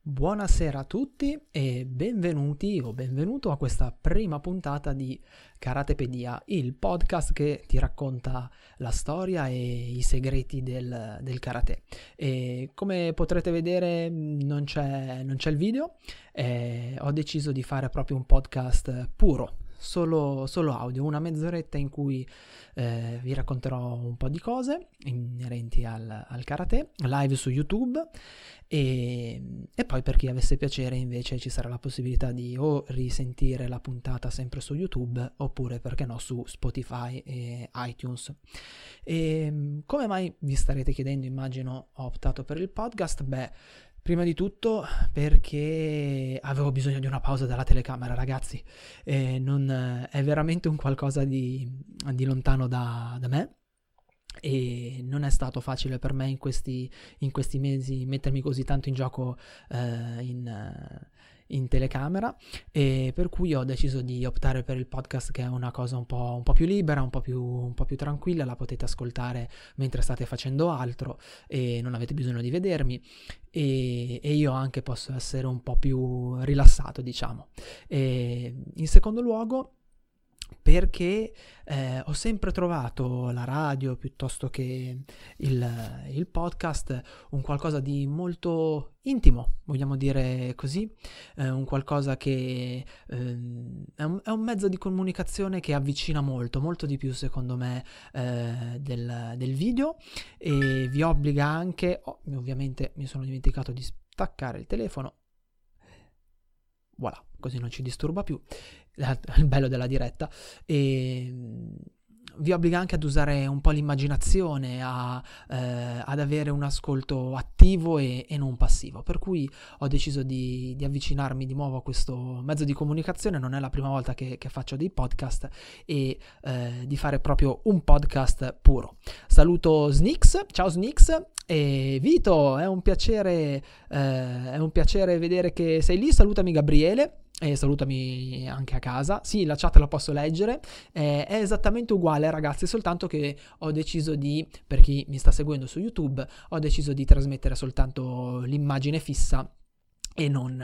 Buonasera a tutti e benvenuti o benvenuto a questa prima puntata di Karatepedia, il podcast che ti racconta la storia e i segreti del karate. E come potrete vedere non c'è il video, ho deciso di fare proprio un podcast puro. Solo audio, una mezz'oretta in cui vi racconterò un po' di cose inerenti al karate, live su YouTube e poi per chi avesse piacere invece ci sarà la possibilità di o risentire la puntata sempre su YouTube oppure perché no su Spotify e iTunes. E come mai vi starete chiedendo, immagino, ho optato per il podcast? Beh, prima di tutto perché avevo bisogno di una pausa dalla telecamera, ragazzi, è veramente un qualcosa di lontano da me e non è stato facile per me in questi mesi mettermi così tanto in gioco in telecamera, e per cui ho deciso di optare per il podcast, che è una cosa un po' più libera, un po' più tranquilla, la potete ascoltare mentre state facendo altro e non avete bisogno di vedermi e io anche posso essere un po' più rilassato, diciamo. E in secondo luogo perché ho sempre trovato la radio piuttosto che il podcast un qualcosa di molto intimo, vogliamo dire così, un qualcosa che è un mezzo di comunicazione che avvicina molto di più, secondo me, del video, e vi obbliga anche, ovviamente mi sono dimenticato di staccare il telefono, voilà, così non ci disturba più, il bello della diretta, e vi obbliga anche ad usare un po' l'immaginazione, ad avere un ascolto attivo e non passivo, per cui ho deciso di avvicinarmi di nuovo a questo mezzo di comunicazione. Non è la prima volta che faccio dei podcast e di fare proprio un podcast puro. Saluto Snix, ciao Snix, e Vito, è un piacere vedere che sei lì. Salutami Gabriele e salutami anche a casa. Sì, la chat la posso leggere, è esattamente uguale, ragazzi, soltanto che ho deciso per chi mi sta seguendo su YouTube, ho deciso di trasmettere soltanto l'immagine fissa e non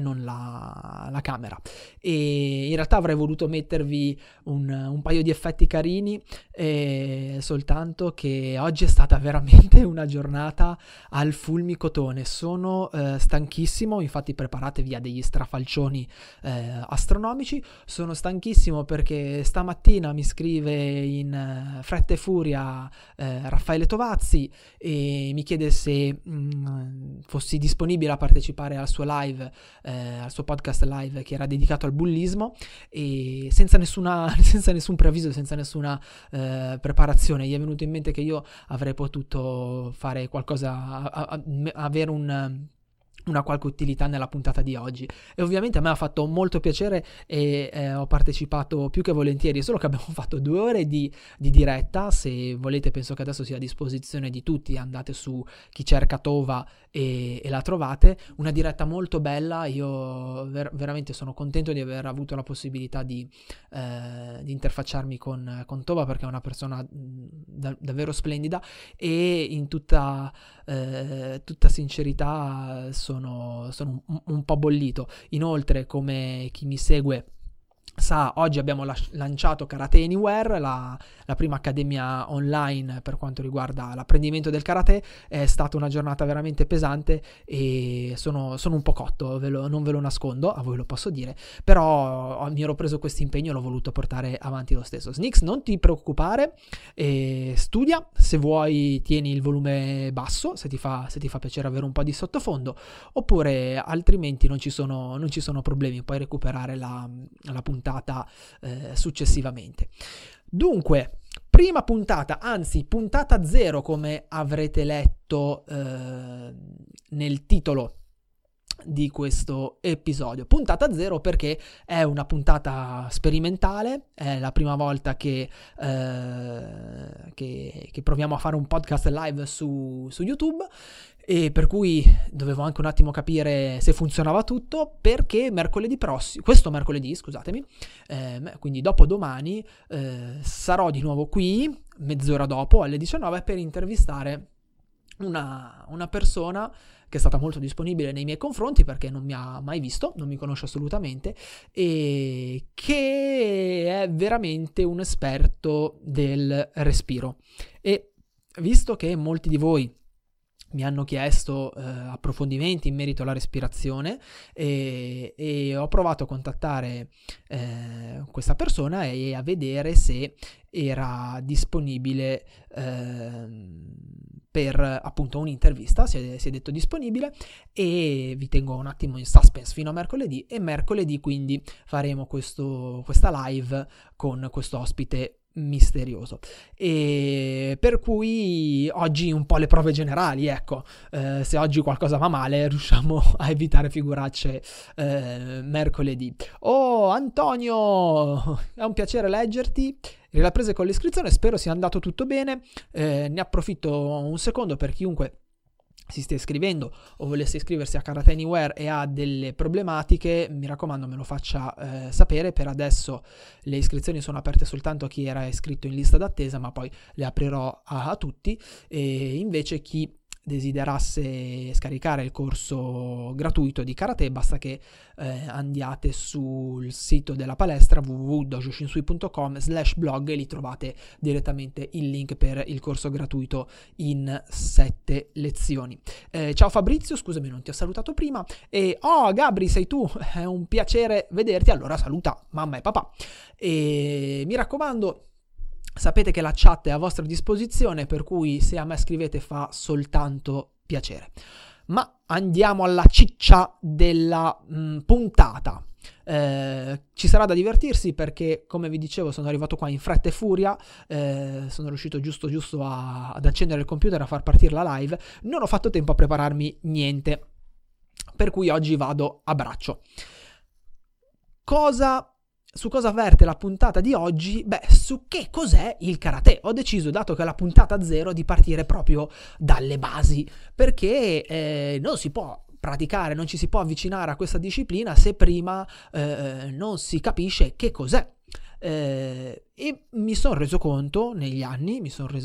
la camera, e in realtà avrei voluto mettervi un paio di effetti carini, soltanto che oggi è stata veramente una giornata al fulmicotone. Sono stanchissimo, infatti preparatevi a degli strafalcioni astronomici. Sono stanchissimo perché stamattina mi scrive in fretta e furia Raffaele Tovazzi e mi chiede se fossi disponibile a partecipare al suo live, al suo podcast live che era dedicato al bullismo, e senza nessun preavviso, senza nessuna preparazione. Gli è venuto in mente che io avrei potuto fare qualcosa, avere una qualche utilità nella puntata di oggi, e ovviamente a me ha fatto molto piacere e ho partecipato più che volentieri, solo che abbiamo fatto 2 ore di diretta. Se volete, penso che adesso sia a disposizione di tutti, andate su Chi cerca Tova e la trovate, una diretta molto bella. Io veramente sono contento di aver avuto la possibilità di interfacciarmi con Tova, perché è una persona davvero splendida, e in tutta sincerità sono un po' bollito. Inoltre, come chi mi segue sa, oggi abbiamo lanciato Karate Anywhere, la prima accademia online per quanto riguarda l'apprendimento del karate. È stata una giornata veramente pesante e sono un po' cotto, non ve lo nascondo, a voi lo posso dire, però mi ero preso questo impegno e l'ho voluto portare avanti lo stesso. Snix, non ti preoccupare, studia, se vuoi tieni il volume basso, se ti fa piacere avere un po' di sottofondo, oppure altrimenti non ci sono problemi, puoi recuperare la puntata successivamente. Dunque, prima puntata, anzi puntata 0, come avrete letto nel titolo di questo episodio. Puntata 0 perché è una puntata sperimentale, è la prima volta che proviamo a fare un podcast live su YouTube, e per cui dovevo anche un attimo capire se funzionava tutto, perché questo mercoledì, scusatemi, quindi dopodomani, sarò di nuovo qui mezz'ora dopo, alle 19, per intervistare una persona che è stata molto disponibile nei miei confronti perché non mi ha mai visto, non mi conosce assolutamente, e che è veramente un esperto del respiro. E visto che molti di voi mi hanno chiesto approfondimenti in merito alla respirazione e ho provato a contattare questa persona e a vedere se era disponibile per appunto un'intervista. Si è detto disponibile e vi tengo un attimo in suspense fino a mercoledì, e mercoledì quindi faremo questa live con questo ospite misterioso, e per cui oggi un po' le prove generali, ecco. Se oggi qualcosa va male riusciamo a evitare figuracce mercoledì. Oh Antonio, è un piacere leggerti, riprese con l'iscrizione, spero sia andato tutto bene. Ne approfitto un secondo per chiunque si stia iscrivendo o volesse iscriversi a Karate Anywhere e ha delle problematiche, mi raccomando me lo faccia sapere. Per adesso le iscrizioni sono aperte soltanto a chi era iscritto in lista d'attesa, ma poi le aprirò a tutti, e invece chi desiderasse scaricare il corso gratuito di karate basta che andiate sul sito della palestra www.dojoshinsui.com/blog e lì trovate direttamente il link per il corso gratuito in 7 lezioni. Ciao Fabrizio, scusami non ti ho salutato prima. E Gabri, sei tu, è un piacere vederti. Allora saluta mamma e papà e mi raccomando, sapete che la chat è a vostra disposizione, per cui se a me scrivete fa soltanto piacere. Ma andiamo alla ciccia della puntata. Ci sarà da divertirsi perché, come vi dicevo, sono arrivato qua in fretta e furia, sono riuscito giusto ad accendere il computer, a far partire la live, non ho fatto tempo a prepararmi niente, per cui oggi vado a braccio. Su cosa verte la puntata di oggi? Beh, su che cos'è il karate. Ho deciso, dato che è la puntata 0, di partire proprio dalle basi, perché non si può praticare, non ci si può avvicinare a questa disciplina se prima non si capisce che cos'è. E mi sono reso conto negli anni,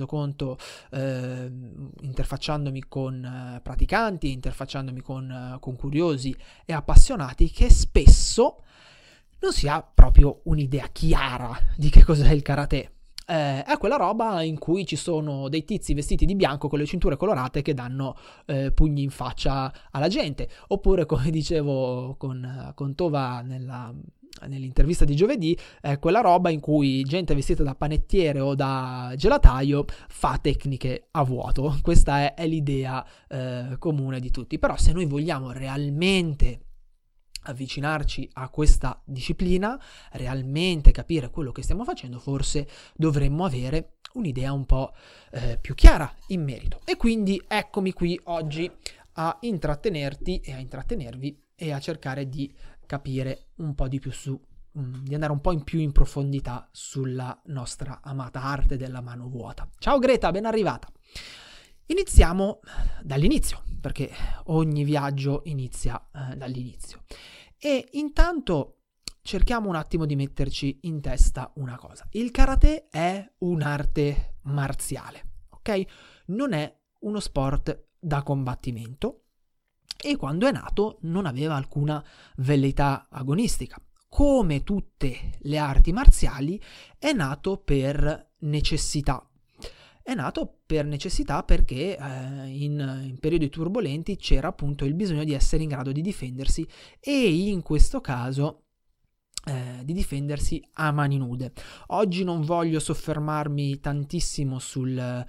interfacciandomi con praticanti, interfacciandomi con curiosi e appassionati, che spesso non si ha proprio un'idea chiara di che cos'è il karate. È quella roba in cui ci sono dei tizi vestiti di bianco con le cinture colorate che danno pugni in faccia alla gente, oppure, come dicevo con Tova nell'intervista di giovedì, quella roba in cui gente vestita da panettiere o da gelataio fa tecniche a vuoto. Questa è l'idea comune di tutti. Però se noi vogliamo realmente avvicinarci a questa disciplina, realmente capire quello che stiamo facendo, forse dovremmo avere un'idea un po' più chiara in merito. E quindi eccomi qui oggi a intrattenerti e a intrattenervi e a cercare di capire un po' di più di andare un po' in più in profondità sulla nostra amata arte della mano vuota. Ciao Greta, ben arrivata. Iniziamo dall'inizio, perché ogni viaggio inizia dall'inizio. E intanto cerchiamo un attimo di metterci in testa una cosa. Il karate è un'arte marziale, ok? Non è uno sport da combattimento, e quando è nato non aveva alcuna velleità agonistica. Come tutte le arti marziali, è nato per necessità. È nato per necessità perché in periodi turbolenti c'era appunto il bisogno di essere in grado di difendersi, e in questo caso di difendersi a mani nude. Oggi non voglio soffermarmi tantissimo sulle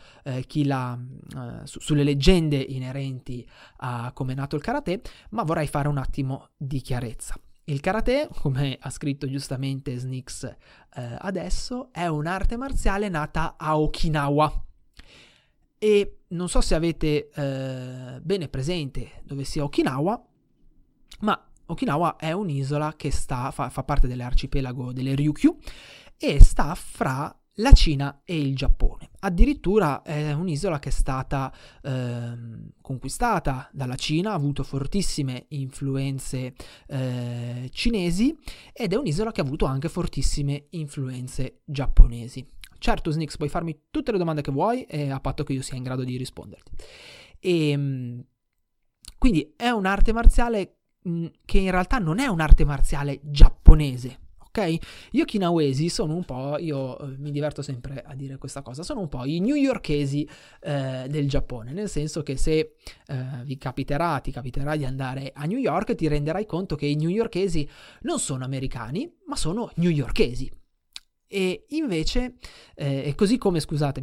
leggende inerenti a come è nato il karate, ma vorrei fare un attimo di chiarezza. Il karate, come ha scritto giustamente Snix adesso, è un'arte marziale nata a Okinawa. E non so se avete bene presente dove sia Okinawa, ma Okinawa è un'isola che fa parte dell'arcipelago delle Ryukyu e sta fra la Cina e il Giappone. Addirittura è un'isola che è stata conquistata dalla Cina, ha avuto fortissime influenze cinesi, ed è un'isola che ha avuto anche fortissime influenze giapponesi. Certo, Snix, puoi farmi tutte le domande che vuoi, a patto che io sia in grado di risponderti. Quindi è un'arte marziale che in realtà non è un'arte marziale giapponese, ok? Gli Okinawesi sono un po', io mi diverto sempre a dire questa cosa, sono un po' i newyorkesi del Giappone, nel senso che se ti capiterà di andare a New York, ti renderai conto che i newyorkesi non sono americani, ma sono newyorkesi. E invece, così come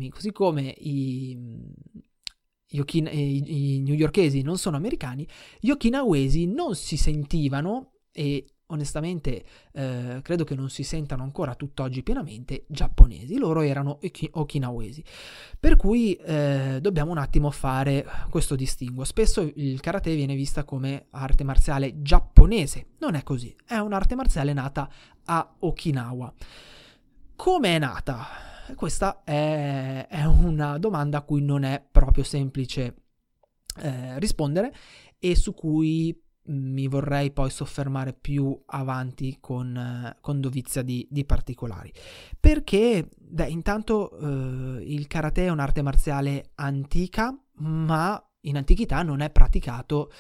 i newyorkesi non sono americani, gli okinawesi non si sentivano, e onestamente credo che non si sentano ancora tutt'oggi pienamente, giapponesi. Loro erano okinawesi. Per cui dobbiamo un attimo fare questo distinguo. Spesso il karate viene vista come arte marziale giapponese. Non è così, è un'arte marziale nata a Okinawa. Come è nata? Questa è una domanda a cui non è proprio semplice rispondere e su cui mi vorrei poi soffermare più avanti con dovizia di particolari. Perché, intanto il karate è un'arte marziale antica, ma in antichità non è praticato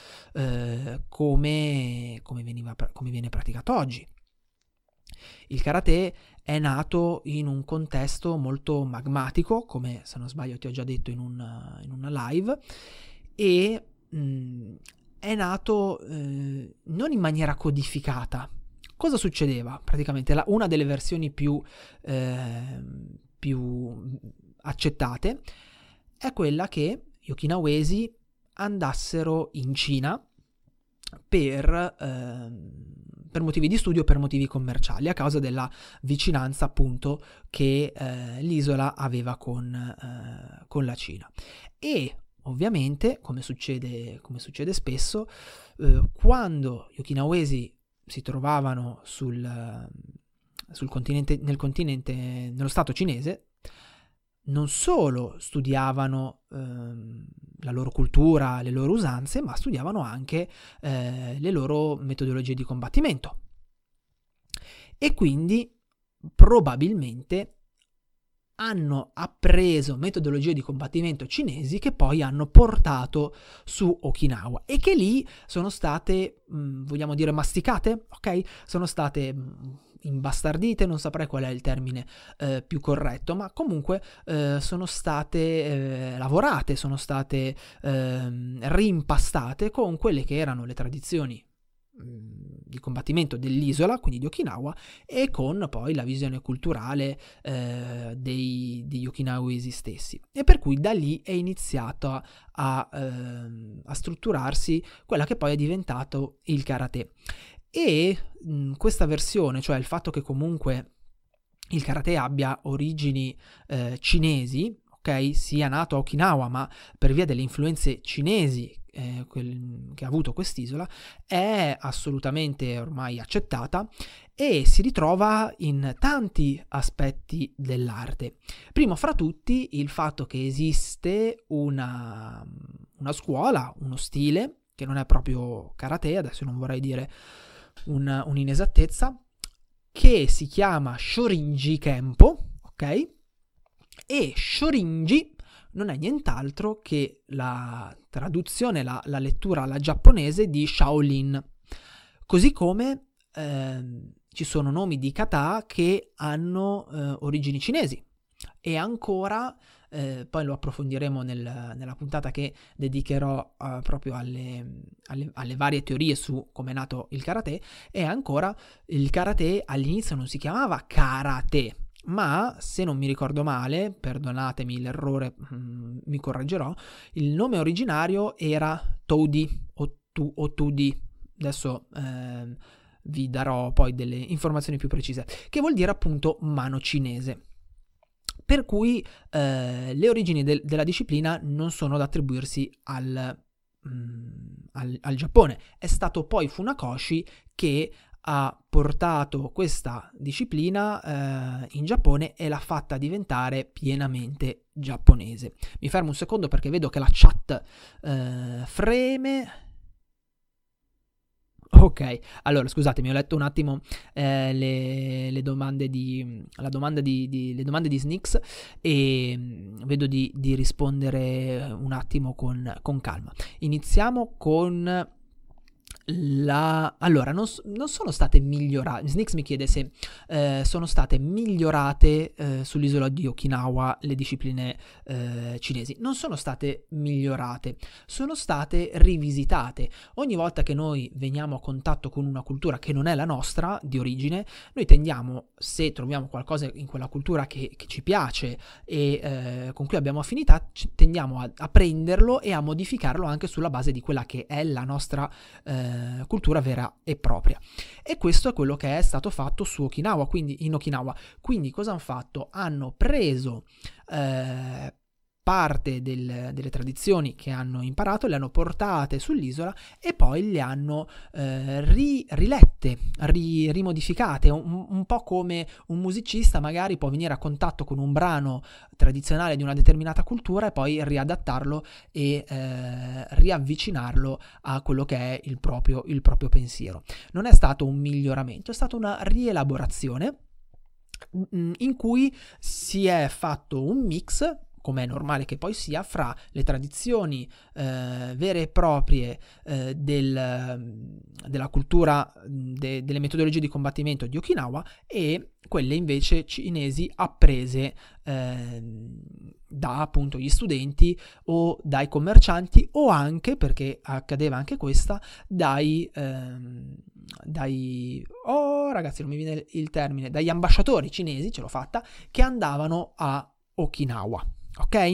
come viene praticato oggi. Il karate è nato in un contesto molto magmatico, come se non sbaglio ti ho già detto in una live, e è nato non in maniera codificata. Cosa succedeva? Praticamente una delle versioni più accettate è quella che gli okinawesi andassero in Cina per motivi di studio, per motivi commerciali, a causa della vicinanza appunto che l'isola aveva con la Cina. E ovviamente, come succede spesso, quando gli okinawesi si trovavano nello stato cinese, non solo studiavano la loro cultura, le loro usanze, ma studiavano anche le loro metodologie di combattimento. E quindi probabilmente hanno appreso metodologie di combattimento cinesi che poi hanno portato su Okinawa e che lì sono state, vogliamo dire, masticate, ok? Sono state imbastardite, non saprei qual è il termine più corretto, ma comunque sono state lavorate, sono state rimpastate con quelle che erano le tradizioni di combattimento dell'isola, quindi di Okinawa, e con poi la visione culturale degli okinawesi stessi. E per cui da lì è iniziato a strutturarsi quella che poi è diventato il karate. E questa versione, cioè il fatto che comunque il karate abbia origini cinesi, ok, sia nato a Okinawa, ma per via delle influenze cinesi che ha avuto quest'isola, è assolutamente ormai accettata e si ritrova in tanti aspetti dell'arte. Primo fra tutti il fatto che esiste una scuola, uno stile, che non è proprio karate, adesso non vorrei dire un'inesattezza, che si chiama Shorinji Kempo, ok? E Shorinji non è nient'altro che la traduzione, la lettura alla giapponese di Shaolin, così come ci sono nomi di kata che hanno origini cinesi. E ancora, poi lo approfondiremo nella puntata che dedicherò proprio alle varie teorie su come è nato il karate, e ancora il karate all'inizio non si chiamava karate, ma se non mi ricordo male, perdonatemi l'errore, mi correggerò, il nome originario era Toudi o Tudi. Adesso vi darò poi delle informazioni più precise, che vuol dire appunto mano cinese. Per cui le origini della disciplina non sono da attribuirsi al Giappone. È stato poi Funakoshi che ha portato questa disciplina in Giappone e l'ha fatta diventare pienamente giapponese. Mi fermo un secondo perché vedo che la chat freme. Ok, allora scusatemi, ho letto un attimo le domande le domande di Snix e vedo di rispondere un attimo con calma. Iniziamo con allora, non sono state migliorate. Snix mi chiede se sono state migliorate sull'isola di Okinawa le discipline cinesi. Non sono state migliorate, sono state rivisitate. Ogni volta che noi veniamo a contatto con una cultura che non è la nostra di origine, noi tendiamo, se troviamo qualcosa in quella cultura che ci piace e con cui abbiamo affinità, tendiamo a prenderlo e a modificarlo anche sulla base di quella che è la nostra cultura vera e propria. E questo è quello che è stato fatto su Okinawa, quindi in Okinawa. Quindi cosa hanno fatto? Hanno preso parte delle tradizioni che hanno imparato, le hanno portate sull'isola e poi le hanno rilette, rimodificate, un po' come un musicista magari può venire a contatto con un brano tradizionale di una determinata cultura e poi riadattarlo e riavvicinarlo a quello che è il proprio pensiero. Non è stato un miglioramento, è stata una rielaborazione in cui si è fatto un mix, come è normale che poi sia, fra le tradizioni vere e proprie della cultura, delle metodologie di combattimento di Okinawa e quelle invece cinesi apprese da appunto gli studenti o dai commercianti o anche, perché accadeva anche questa, dai ragazzi non mi viene il termine, dagli ambasciatori cinesi, ce l'ho fatta, che andavano a Okinawa. Ok?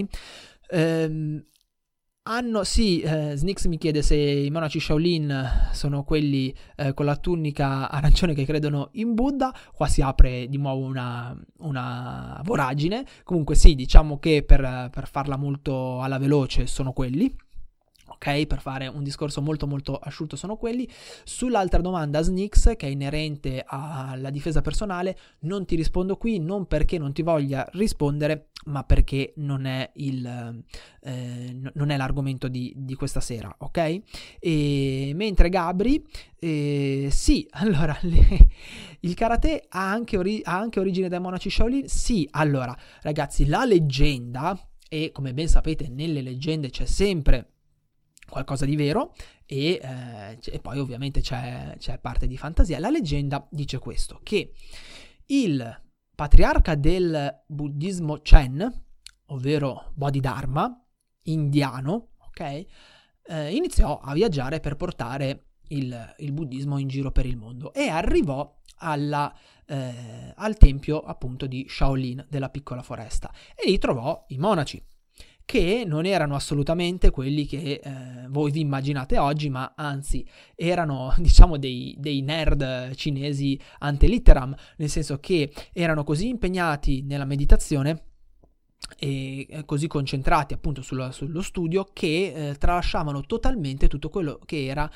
Snix mi chiede se i monaci Shaolin sono quelli con la tunica arancione che credono in Buddha. Qua si apre di nuovo una voragine. Comunque sì, diciamo che per farla molto alla veloce sono quelli. Ok, per fare un discorso molto molto asciutto sono quelli. Sull'altra domanda Snix, che è inerente alla difesa personale, non ti rispondo qui, non perché non ti voglia rispondere, ma perché non è l'argomento di questa sera, ok? E mentre Gabri, sì, allora il karate ha anche origine dai monaci Shaolin? Sì, allora ragazzi, la leggenda, e come ben sapete nelle leggende c'è sempre qualcosa di vero e poi ovviamente c'è parte di fantasia. La leggenda dice questo, che il patriarca del buddismo Chen, ovvero Bodhidharma, indiano, ok, iniziò a viaggiare per portare il buddismo in giro per il mondo e arrivò al tempio appunto di Shaolin della piccola foresta e lì trovò i monaci, che non erano assolutamente quelli che voi vi immaginate oggi, ma anzi erano, diciamo, dei nerd cinesi ante litteram, nel senso che erano così impegnati nella meditazione e così concentrati appunto sullo studio che tralasciavano totalmente tutto quello che era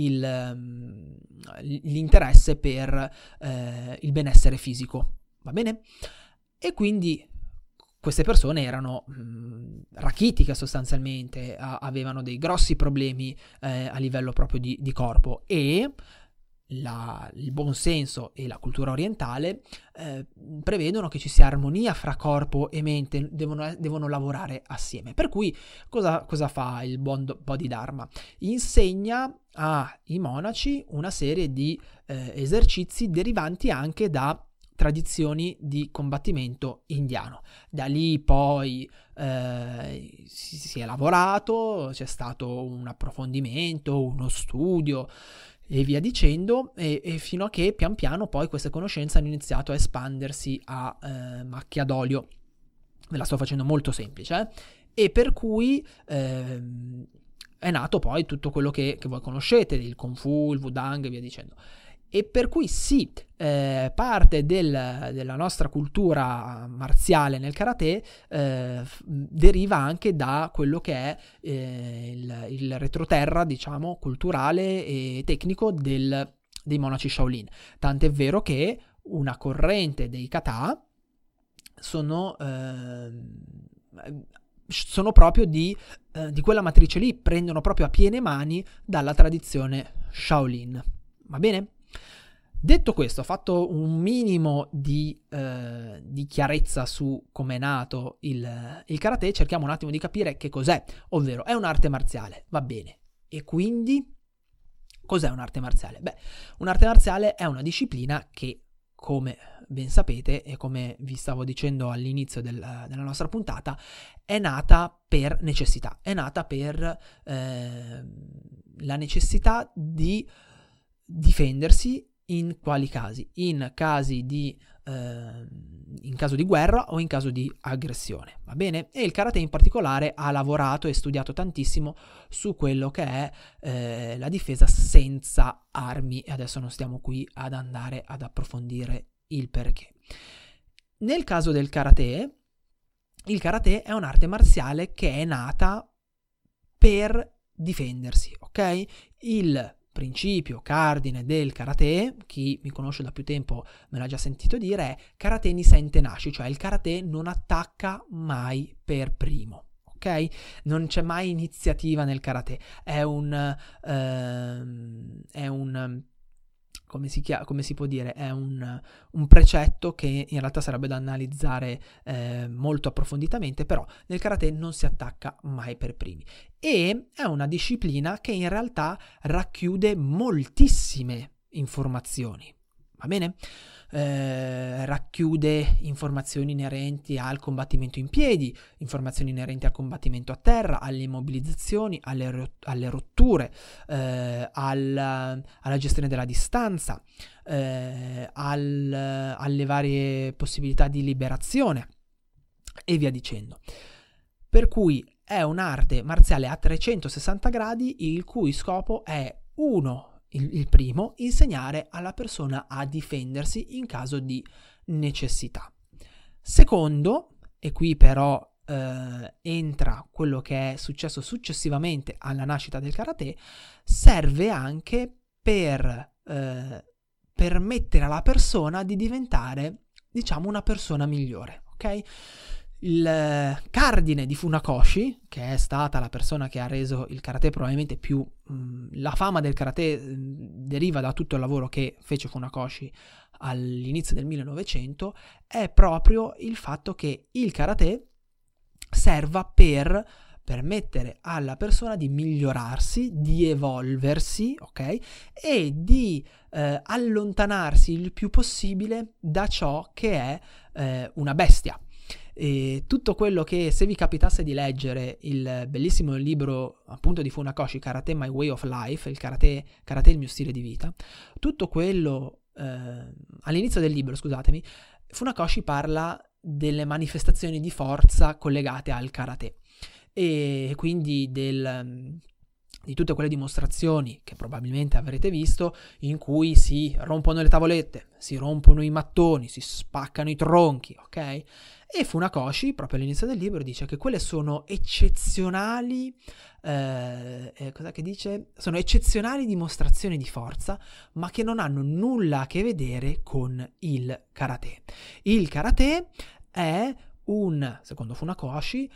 l'interesse per il benessere fisico, va bene? E quindi queste persone erano rachitiche sostanzialmente, avevano dei grossi problemi a livello proprio di corpo e il buon senso e la cultura orientale prevedono che ci sia armonia fra corpo e mente, devono lavorare assieme. Per cui cosa fa il buon Bodhidharma? Insegna ai monaci una serie di esercizi derivanti anche da tradizioni di combattimento indiano. Da lì poi si è lavorato, c'è stato un approfondimento, uno studio e via dicendo, e fino a che pian piano poi queste conoscenze hanno iniziato a espandersi a macchia d'olio. Ve la sto facendo molto semplice, e per cui è nato poi tutto quello che voi conoscete, il Kung Fu, il Wudang e via dicendo. E per cui sì, parte della nostra cultura marziale nel karate deriva anche da quello che è il retroterra, diciamo, culturale e tecnico dei monaci Shaolin. Tant'è vero che una corrente dei kata sono proprio di quella matrice lì, prendono proprio a piene mani dalla tradizione Shaolin. Va bene? Detto questo, ho fatto un minimo di chiarezza su come è nato il karate, cerchiamo un attimo di capire che cos'è, ovvero è un'arte marziale, va bene. E quindi cos'è un'arte marziale? Beh, un'arte marziale è una disciplina che, come ben sapete e come vi stavo dicendo all'inizio della nostra puntata, è nata per necessità, è nata per la necessità di difendersi. In quali casi? In caso di guerra o in caso di aggressione, va bene? E il karate in particolare ha lavorato e studiato tantissimo su quello che è la difesa senza armi, e adesso non stiamo qui ad andare ad approfondire il perché. Nel caso del karate, il karate è un'arte marziale che è nata per difendersi, ok? Il principio cardine del karate, chi mi conosce da più tempo me l'ha già sentito dire, è karate ni sen nashi, cioè il karate non attacca mai per primo, ok? Non c'è mai iniziativa nel karate, è un come si può dire, è un precetto che in realtà sarebbe da analizzare molto approfonditamente, però nel karate non si attacca mai per primi. E è una disciplina che in realtà racchiude moltissime informazioni, va bene? Racchiude informazioni inerenti al combattimento in piedi, informazioni inerenti al combattimento a terra, alle immobilizzazioni, alle rotture, alla gestione della distanza, alle varie possibilità di liberazione e via dicendo. Per cui è un'arte marziale a 360 gradi il cui scopo è il primo, insegnare alla persona a difendersi in caso di necessità. Secondo, e qui però entra quello che è successo successivamente alla nascita del karate, serve anche per permettere alla persona di diventare, diciamo, una persona migliore, ok? Il cardine di Funakoshi, che è stata la persona che ha reso il karate probabilmente più... la fama del karate deriva da tutto il lavoro che fece Funakoshi all'inizio del 1900, è proprio il fatto che il karate serva per permettere alla persona di migliorarsi, di evolversi, ok? E di allontanarsi il più possibile da ciò che è una bestia. E tutto quello che, se vi capitasse di leggere il bellissimo libro appunto di Funakoshi, Karate My Way of Life, il karate il mio stile di vita, tutto quello all'inizio del libro, scusatemi, Funakoshi parla delle manifestazioni di forza collegate al karate e quindi di tutte quelle dimostrazioni che probabilmente avrete visto, in cui si rompono le tavolette, si rompono i mattoni, si spaccano i tronchi, ok? E Funakoshi, proprio all'inizio del libro, dice che quelle sono eccezionali, cos'è che dice? Sono eccezionali dimostrazioni di forza, ma che non hanno nulla a che vedere con il karate. Il karate è secondo Funakoshi,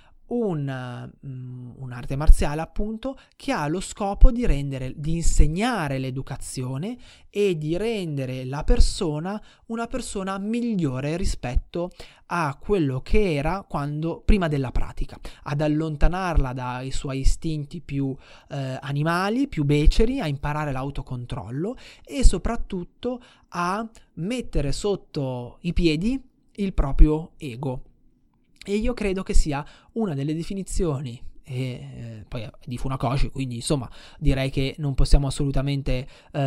un'arte marziale appunto che ha lo scopo di insegnare l'educazione e di rendere la persona una persona migliore rispetto a quello che era prima della pratica, ad allontanarla dai suoi istinti più animali, più beceri, a imparare l'autocontrollo e soprattutto a mettere sotto i piedi il proprio ego. E io credo che sia una delle definizioni, poi di Funakoshi, quindi insomma direi che non possiamo assolutamente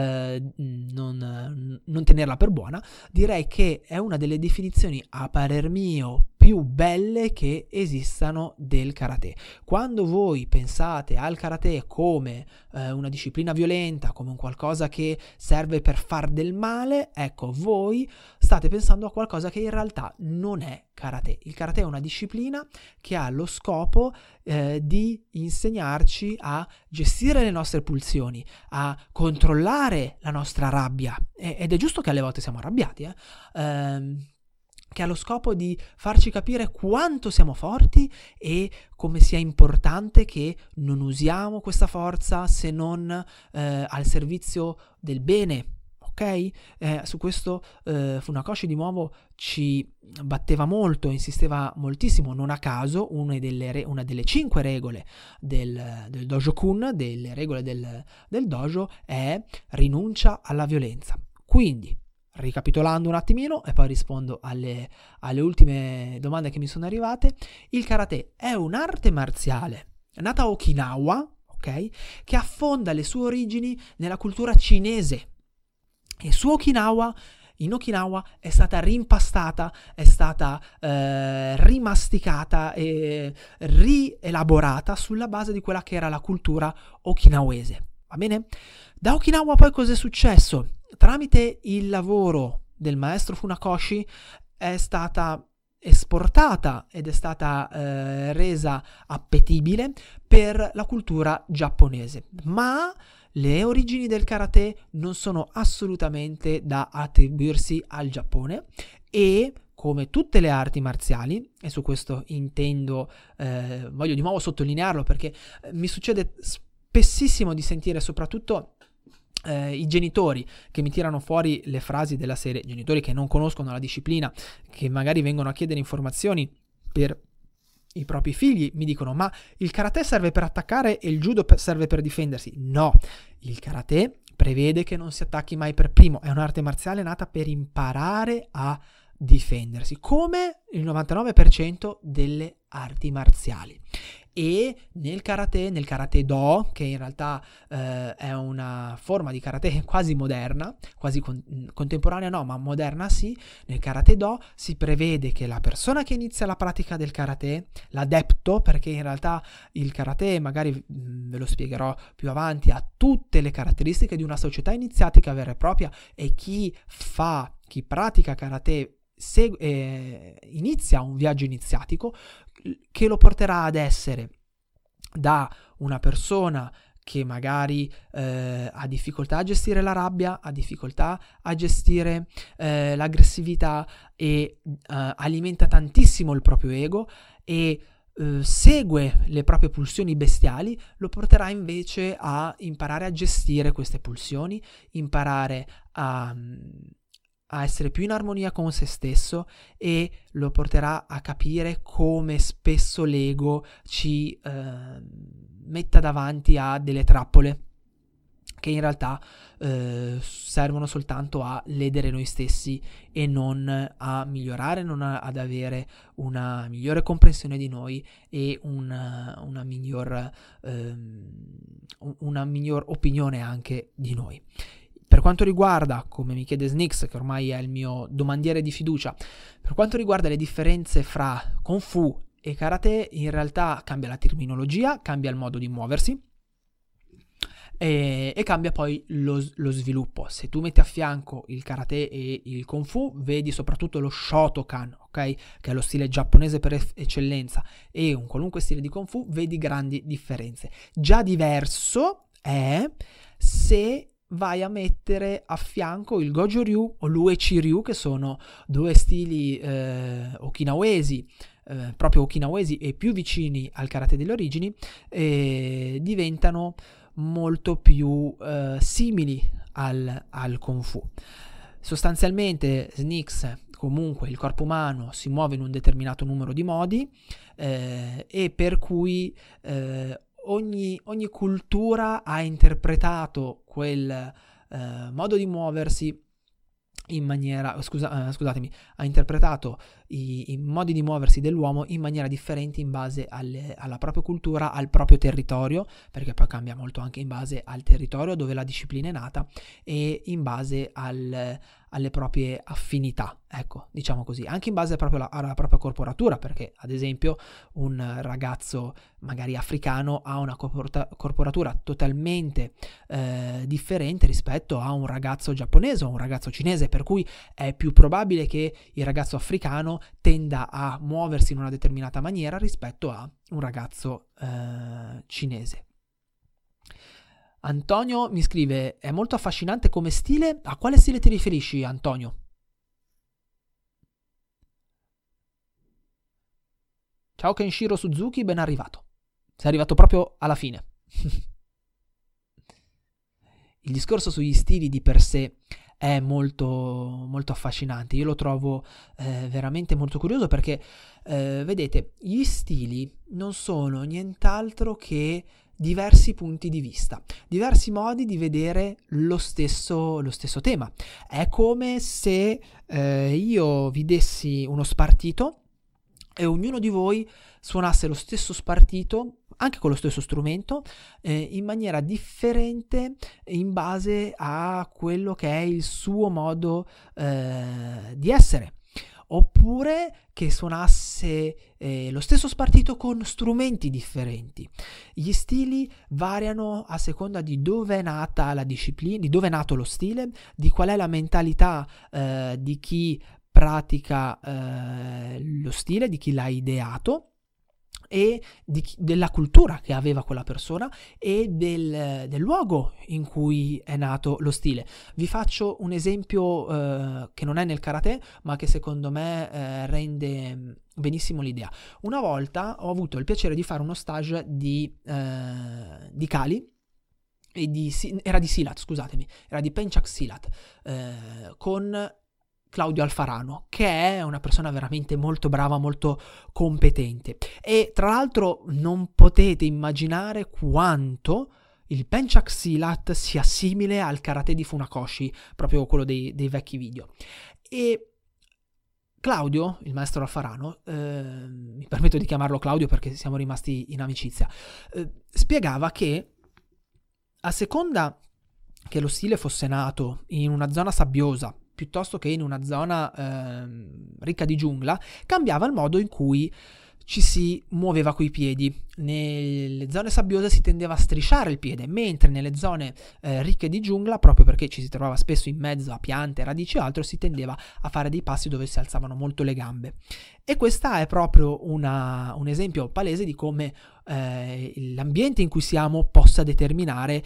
non tenerla per buona. Direi che è una delle definizioni, a parer mio, più belle che esistano del karate. Quando voi pensate al karate come una disciplina violenta, come un qualcosa che serve per far del male, ecco, voi state pensando a qualcosa che in realtà non è karate. Il karate è una disciplina che ha lo scopo di insegnarci a gestire le nostre pulsioni, a controllare la nostra rabbia, ed è giusto che alle volte siamo arrabbiati, che ha lo scopo di farci capire quanto siamo forti e come sia importante che non usiamo questa forza se non al servizio del bene. Ok? Su questo Funakoshi di nuovo ci batteva molto, insisteva moltissimo. Non a caso una delle 5 regole del Dojo-kun, delle regole del dojo, è rinuncia alla violenza. Quindi, ricapitolando un attimino e poi rispondo alle ultime domande che mi sono arrivate, il karate è un'arte marziale nata a Okinawa, ok? Che affonda le sue origini nella cultura cinese. E in Okinawa è stata rimpastata, è stata rimasticata e rielaborata sulla base di quella che era la cultura okinawese. Va bene? Da Okinawa poi cosa è successo? Tramite il lavoro del maestro Funakoshi è stata esportata ed è stata resa appetibile per la cultura giapponese. Ma le origini del karate non sono assolutamente da attribuirsi al Giappone e, come tutte le arti marziali, e su questo voglio di nuovo sottolinearlo perché mi succede spessissimo di sentire soprattutto i genitori che mi tirano fuori le frasi della serie, genitori che non conoscono la disciplina, che magari vengono a chiedere informazioni per i propri figli, mi dicono: ma il karate serve per attaccare e il judo serve per difendersi? No, il karate prevede che non si attacchi mai per primo, è un'arte marziale nata per imparare a difendersi, come il 99% delle arti marziali. E nel karate do, che in realtà è una forma di karate quasi moderna, quasi contemporanea no, ma moderna sì, nel karate do si prevede che la persona che inizia la pratica del karate, l'adepto, perché in realtà il karate, magari ve lo spiegherò più avanti, ha tutte le caratteristiche di una società iniziatica vera e propria, e chi pratica karate inizia un viaggio iniziatico che lo porterà ad essere da una persona che magari ha difficoltà a gestire la rabbia, ha difficoltà a gestire l'aggressività e alimenta tantissimo il proprio ego e segue le proprie pulsioni bestiali, lo porterà invece a imparare a gestire queste pulsioni, imparare a essere più in armonia con se stesso, e lo porterà a capire come spesso l'ego ci metta davanti a delle trappole che in realtà servono soltanto a ledere noi stessi e non a migliorare, non ad avere una migliore comprensione di noi e una miglior opinione anche di noi. Per quanto riguarda, come mi chiede Snix, che ormai è il mio domandiere di fiducia, per quanto riguarda le differenze fra Kung Fu e Karate, in realtà cambia la terminologia, cambia il modo di muoversi e cambia poi lo sviluppo. Se tu metti a fianco il Karate e il Kung Fu, vedi soprattutto lo Shotokan, ok? Che è lo stile giapponese per eccellenza, e un qualunque stile di Kung Fu, vedi grandi differenze. Già diverso è se vai a mettere a fianco il Goju Ryu o l'Uechi Ryu, che sono due stili okinawesi, proprio okinawesi e più vicini al karate delle origini, diventano molto più simili al Kung Fu. Sostanzialmente Snix, comunque il corpo umano si muove in un determinato numero di modi e per cui ogni cultura ha interpretato quel modo di muoversi in maniera, ha interpretato i modi di muoversi dell'uomo in maniera differente in base alla propria cultura, al proprio territorio, perché poi cambia molto anche in base al territorio dove la disciplina è nata e in base alle proprie affinità, ecco, diciamo così, anche in base proprio alla propria corporatura, perché ad esempio un ragazzo magari africano ha una corporatura totalmente differente rispetto a un ragazzo giapponese o un ragazzo cinese, per cui è più probabile che il ragazzo africano tenda a muoversi in una determinata maniera rispetto a un ragazzo cinese. Antonio mi scrive: è molto affascinante come stile. A quale stile ti riferisci, Antonio? Ciao Kenshiro Suzuki, ben arrivato. Sei arrivato proprio alla fine. Il discorso sugli stili di per sé è molto, molto affascinante. Io lo trovo veramente molto curioso perché, vedete, gli stili non sono nient'altro che diversi punti di vista, diversi modi di vedere lo stesso tema. È come se io vi dessi uno spartito e ognuno di voi suonasse lo stesso spartito, anche con lo stesso strumento, in maniera differente in base a quello che è il suo modo di essere. Oppure che suonasse lo stesso spartito con strumenti differenti. Gli stili variano a seconda di dove è nata la disciplina, di dove è nato lo stile, di qual è la mentalità di chi pratica lo stile, di chi l'ha ideato, e della cultura che aveva quella persona e del luogo in cui è nato lo stile. Vi faccio un esempio che non è nel karate, ma che secondo me rende benissimo l'idea. Una volta ho avuto il piacere di fare uno stage di Kali, era di Silat, scusatemi, era di Pencak Silat, con Claudio Alfarano, che è una persona veramente molto brava, molto competente. E tra l'altro non potete immaginare quanto il Pencak Silat sia simile al karate di Funakoshi, proprio quello dei vecchi video. E Claudio, il maestro Alfarano, mi permetto di chiamarlo Claudio perché siamo rimasti in amicizia, spiegava che a seconda che lo stile fosse nato in una zona sabbiosa piuttosto che in una zona ricca di giungla, cambiava il modo in cui ci si muoveva coi piedi. Nelle zone sabbiose si tendeva a strisciare il piede, mentre nelle zone ricche di giungla, proprio perché ci si trovava spesso in mezzo a piante, radici o altro, si tendeva a fare dei passi dove si alzavano molto le gambe. E questa è proprio un esempio palese di come l'ambiente in cui siamo possa determinare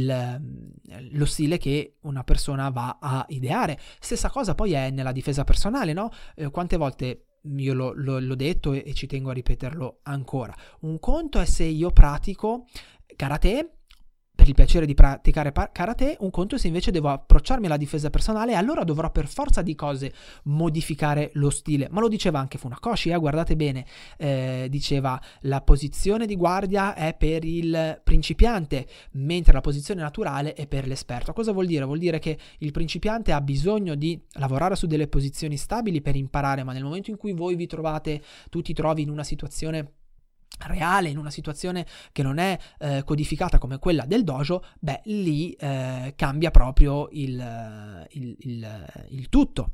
lo stile che una persona va a ideare. Stessa cosa poi è nella difesa personale, no? Quante volte io l'ho detto e ci tengo a ripeterlo ancora. Un conto è se io pratico karate per il piacere di praticare karate, un conto è se invece devo approcciarmi alla difesa personale, e allora dovrò per forza di cose modificare lo stile. Ma lo diceva anche Funakoshi, guardate bene, diceva la posizione di guardia è per il principiante, mentre la posizione naturale è per l'esperto. Cosa vuol dire? Vuol dire che il principiante ha bisogno di lavorare su delle posizioni stabili per imparare, ma nel momento in cui tu ti trovi in una situazione reale, in una situazione che non è codificata come quella del dojo, lì cambia proprio il tutto.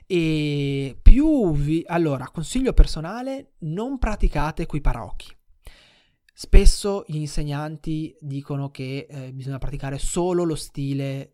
E allora, consiglio personale: non praticate coi paraocchi. Spesso gli insegnanti dicono che bisogna praticare solo lo stile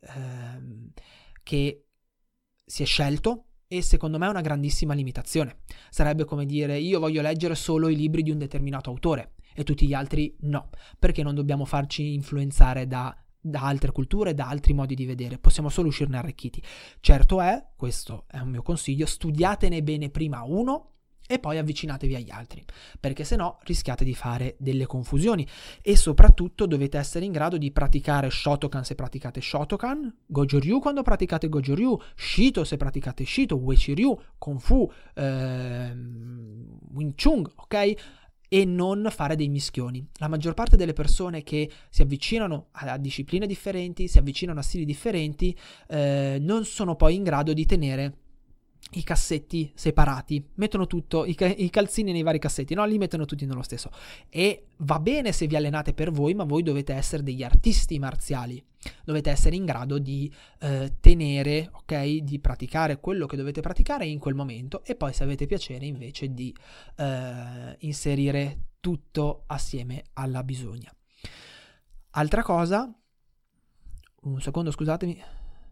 che si è scelto, e secondo me è una grandissima limitazione. Sarebbe come dire: io voglio leggere solo i libri di un determinato autore e tutti gli altri no, perché non dobbiamo farci influenzare da altre culture, da altri modi di vedere, possiamo solo uscirne arricchiti. Certo è, questo è un mio consiglio, studiatene bene prima uno e poi avvicinatevi agli altri, perché se no rischiate di fare delle confusioni. E soprattutto dovete essere in grado di praticare Shotokan se praticate Shotokan, Goju Ryu quando praticate Goju Ryu, Shito se praticate Shito, Uechi Ryu, Kung Fu, Wing Chun, ok? E non fare dei mischioni. La maggior parte delle persone che si avvicinano a discipline differenti, si avvicinano a stili differenti, non sono poi in grado di tenere i cassetti separati, mettono tutto i calzini nei vari cassetti, no? Li mettono tutti nello stesso. E va bene se vi allenate per voi, ma voi dovete essere degli artisti marziali, dovete essere in grado di tenere, ok, di praticare quello che dovete praticare in quel momento, e poi se avete piacere invece di inserire tutto assieme alla bisogna. Altra cosa, un secondo, scusatemi.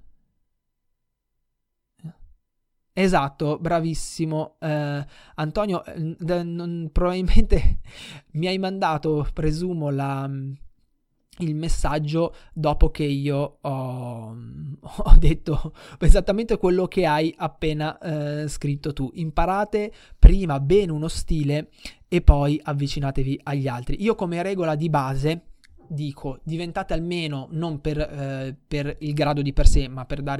Esatto, bravissimo Antonio, probabilmente mi hai mandato, presumo, il messaggio dopo che io ho ho detto esattamente quello che hai appena scritto tu. Imparate prima bene uno stile e poi avvicinatevi agli altri. Io come regola di base dico, diventate almeno, non per il grado di per sé, ma per dare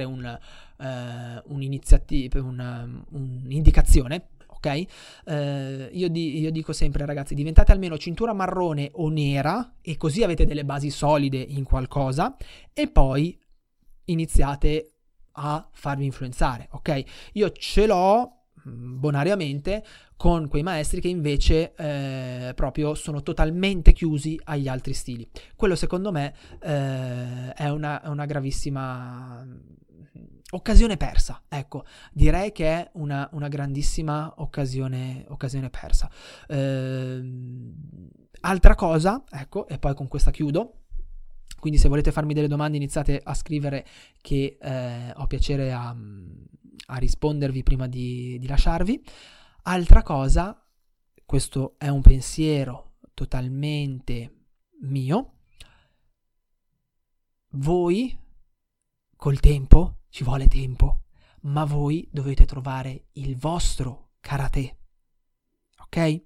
un'indicazione, ok? Io dico sempre, ragazzi, diventate almeno cintura marrone o nera, e così avete delle basi solide in qualcosa, e poi iniziate a farvi influenzare, ok? Io ce l'ho bonariamente con quei maestri che invece proprio sono totalmente chiusi agli altri stili. Quello secondo me è una gravissima occasione persa, ecco, direi che è una grandissima occasione persa. Altra cosa, ecco, e poi con questa chiudo, quindi se volete farmi delle domande iniziate a scrivere, che ho piacere a rispondervi prima di lasciarvi. Altra cosa, questo è un pensiero totalmente mio, voi col tempo, ci vuole tempo, ma voi dovete trovare il vostro karate, ok?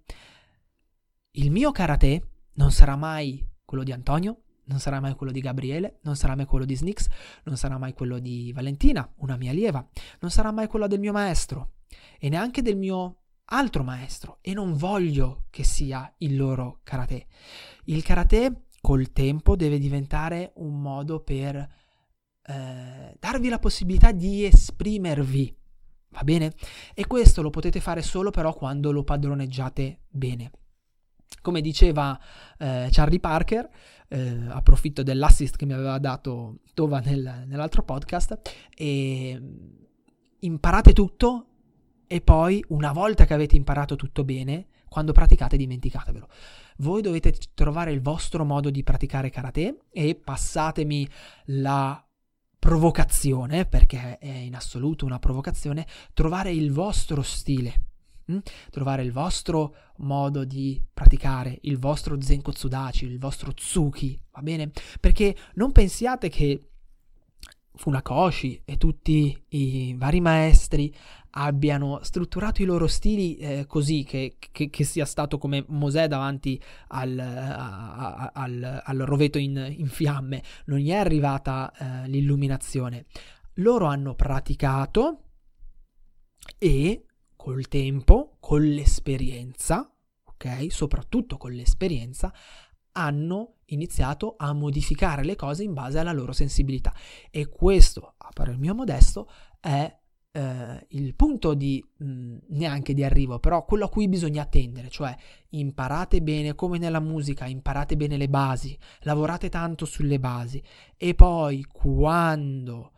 Il mio karate non sarà mai quello di Antonio, non sarà mai quello di Gabriele, non sarà mai quello di Snix, non sarà mai quello di Valentina, una mia allieva, non sarà mai quello del mio maestro e neanche del mio altro maestro, e non voglio che sia il loro karate. Il karate col tempo deve diventare un modo per darvi la possibilità di esprimervi, va bene? E questo lo potete fare solo però quando lo padroneggiate bene. Come diceva Charlie Parker, approfitto dell'assist che mi aveva dato Tova nell'altro podcast, e imparate tutto, e poi una volta che avete imparato tutto bene, quando praticate dimenticatevelo. Voi dovete trovare il vostro modo di praticare karate, e passatemi la provocazione, perché è in assoluto una provocazione, trovare il vostro stile, trovare il vostro modo di praticare, il vostro Zenkotsudachi, il vostro Tsuki, va bene? Perché non pensiate che Funakoshi e tutti i vari maestri abbiano strutturato i loro stili così che sia stato come Mosè davanti al roveto in fiamme. Non gli è arrivata l'illuminazione. Loro hanno praticato, e col tempo, con l'esperienza, ok? Soprattutto con l'esperienza, hanno iniziato a modificare le cose in base alla loro sensibilità. E questo, a parer mio modesto, è il punto di neanche di arrivo, però quello a cui bisogna tendere, cioè imparate bene, come nella musica, imparate bene le basi, lavorate tanto sulle basi, e poi quando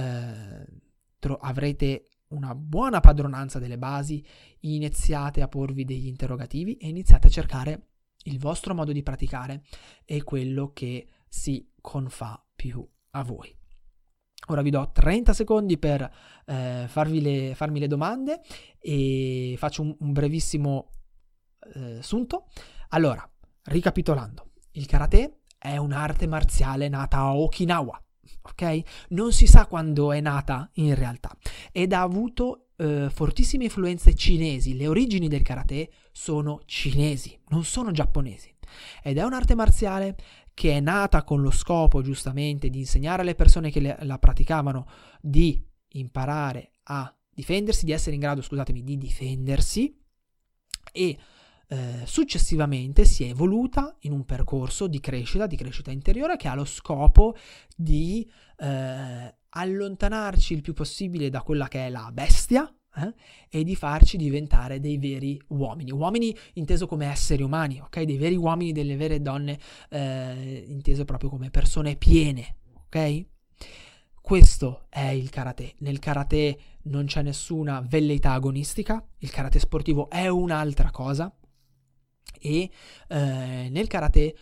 avrete una buona padronanza delle basi, iniziate a porvi degli interrogativi e iniziate a cercare il vostro modo di praticare e quello che si confà più a voi. Ora vi do 30 secondi per farmi le domande, e faccio un brevissimo sunto. Allora, ricapitolando, il karate è un'arte marziale nata a Okinawa, ok? Non si sa quando è nata in realtà, ed ha avuto fortissime influenze cinesi. Le origini del karate sono cinesi, non sono giapponesi, ed è un'arte marziale che è nata con lo scopo giustamente di insegnare alle persone che la praticavano di imparare a difendersi, di essere in grado, di difendersi, e successivamente si è evoluta in un percorso di crescita interiore, che ha lo scopo di allontanarci il più possibile da quella che è la bestia, e di farci diventare dei veri uomini inteso come esseri umani, ok? Dei veri uomini, delle vere donne, inteso proprio come persone piene, ok? Questo è il karate. Nel karate non c'è nessuna velleità agonistica, il karate sportivo è un'altra cosa, e nel karate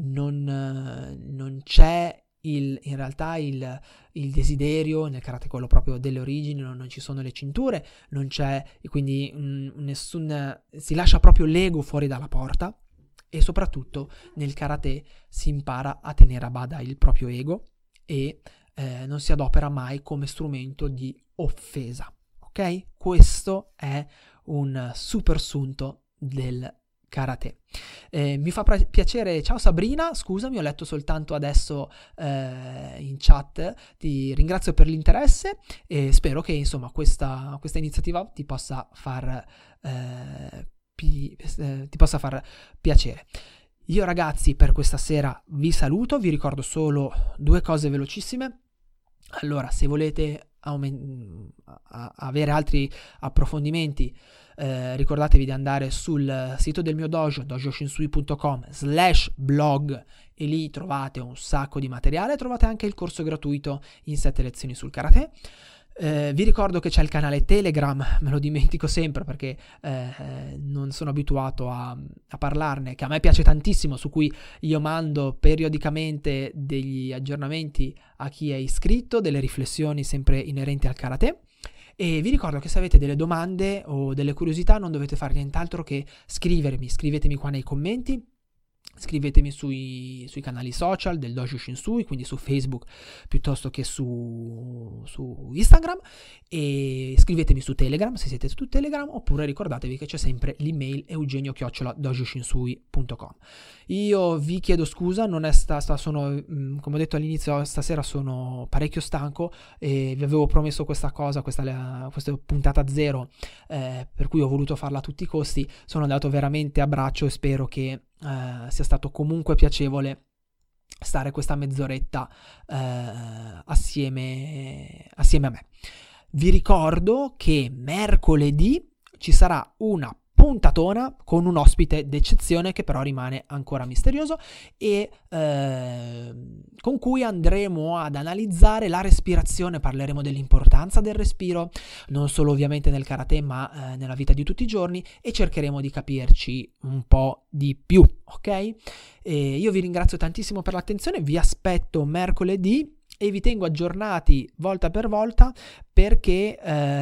non c'è in realtà il desiderio, nel karate quello proprio delle origini, non ci sono le cinture, non c'è, quindi si lascia proprio l'ego fuori dalla porta, e soprattutto nel karate si impara a tenere a bada il proprio ego, e non si adopera mai come strumento di offesa, ok? Questo è un super sunto del karate. Mi fa piacere, ciao Sabrina, scusami, ho letto soltanto adesso in chat, ti ringrazio per l'interesse e spero che insomma questa iniziativa ti possa far piacere. Io ragazzi per questa sera vi saluto, vi ricordo solo 2 cose velocissime. Allora, se volete avere altri approfondimenti, ricordatevi di andare sul sito del mio dojo, dojoshinsui.com/blog, e lì trovate un sacco di materiale, trovate anche il corso gratuito in 7 lezioni sul karate. Vi ricordo che c'è il canale Telegram, me lo dimentico sempre perché non sono abituato a parlarne, che a me piace tantissimo, su cui io mando periodicamente degli aggiornamenti a chi è iscritto, delle riflessioni sempre inerenti al karate. E vi ricordo che se avete delle domande o delle curiosità non dovete fare nient'altro che scrivetemi qua nei commenti. Scrivetemi sui canali social del Dojo Shinsui, quindi su Facebook piuttosto che su Instagram, e scrivetemi su Telegram se siete su Telegram, oppure ricordatevi che c'è sempre l'email eugenio@dojoshinsui.com. Io vi chiedo scusa, non è sono, come ho detto all'inizio, stasera sono parecchio stanco e vi avevo promesso questa cosa, questa puntata 0, per cui ho voluto farla a tutti i costi. Sono andato veramente a braccio e spero che sia stato comunque piacevole stare questa mezz'oretta assieme a me. Vi ricordo che mercoledì ci sarà una puntatona con un ospite d'eccezione che però rimane ancora misterioso e con cui andremo ad analizzare la respirazione. Parleremo dell'importanza del respiro, non solo ovviamente nel karate ma nella vita di tutti i giorni, e cercheremo di capirci un po' di più, ok? E io vi ringrazio tantissimo per l'attenzione, vi aspetto mercoledì e vi tengo aggiornati volta per volta perché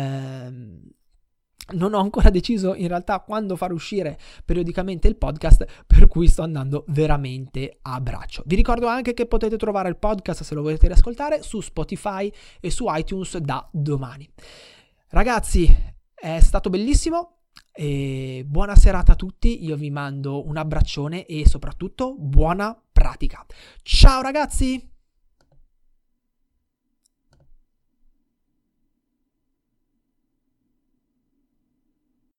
non ho ancora deciso in realtà quando far uscire periodicamente il podcast, per cui sto andando veramente a braccio. Vi ricordo anche che potete trovare il podcast, se lo volete riascoltare, su Spotify e su iTunes da domani. Ragazzi, è stato bellissimo e buona serata a tutti. Io vi mando un abbraccione e soprattutto buona pratica. Ciao ragazzi!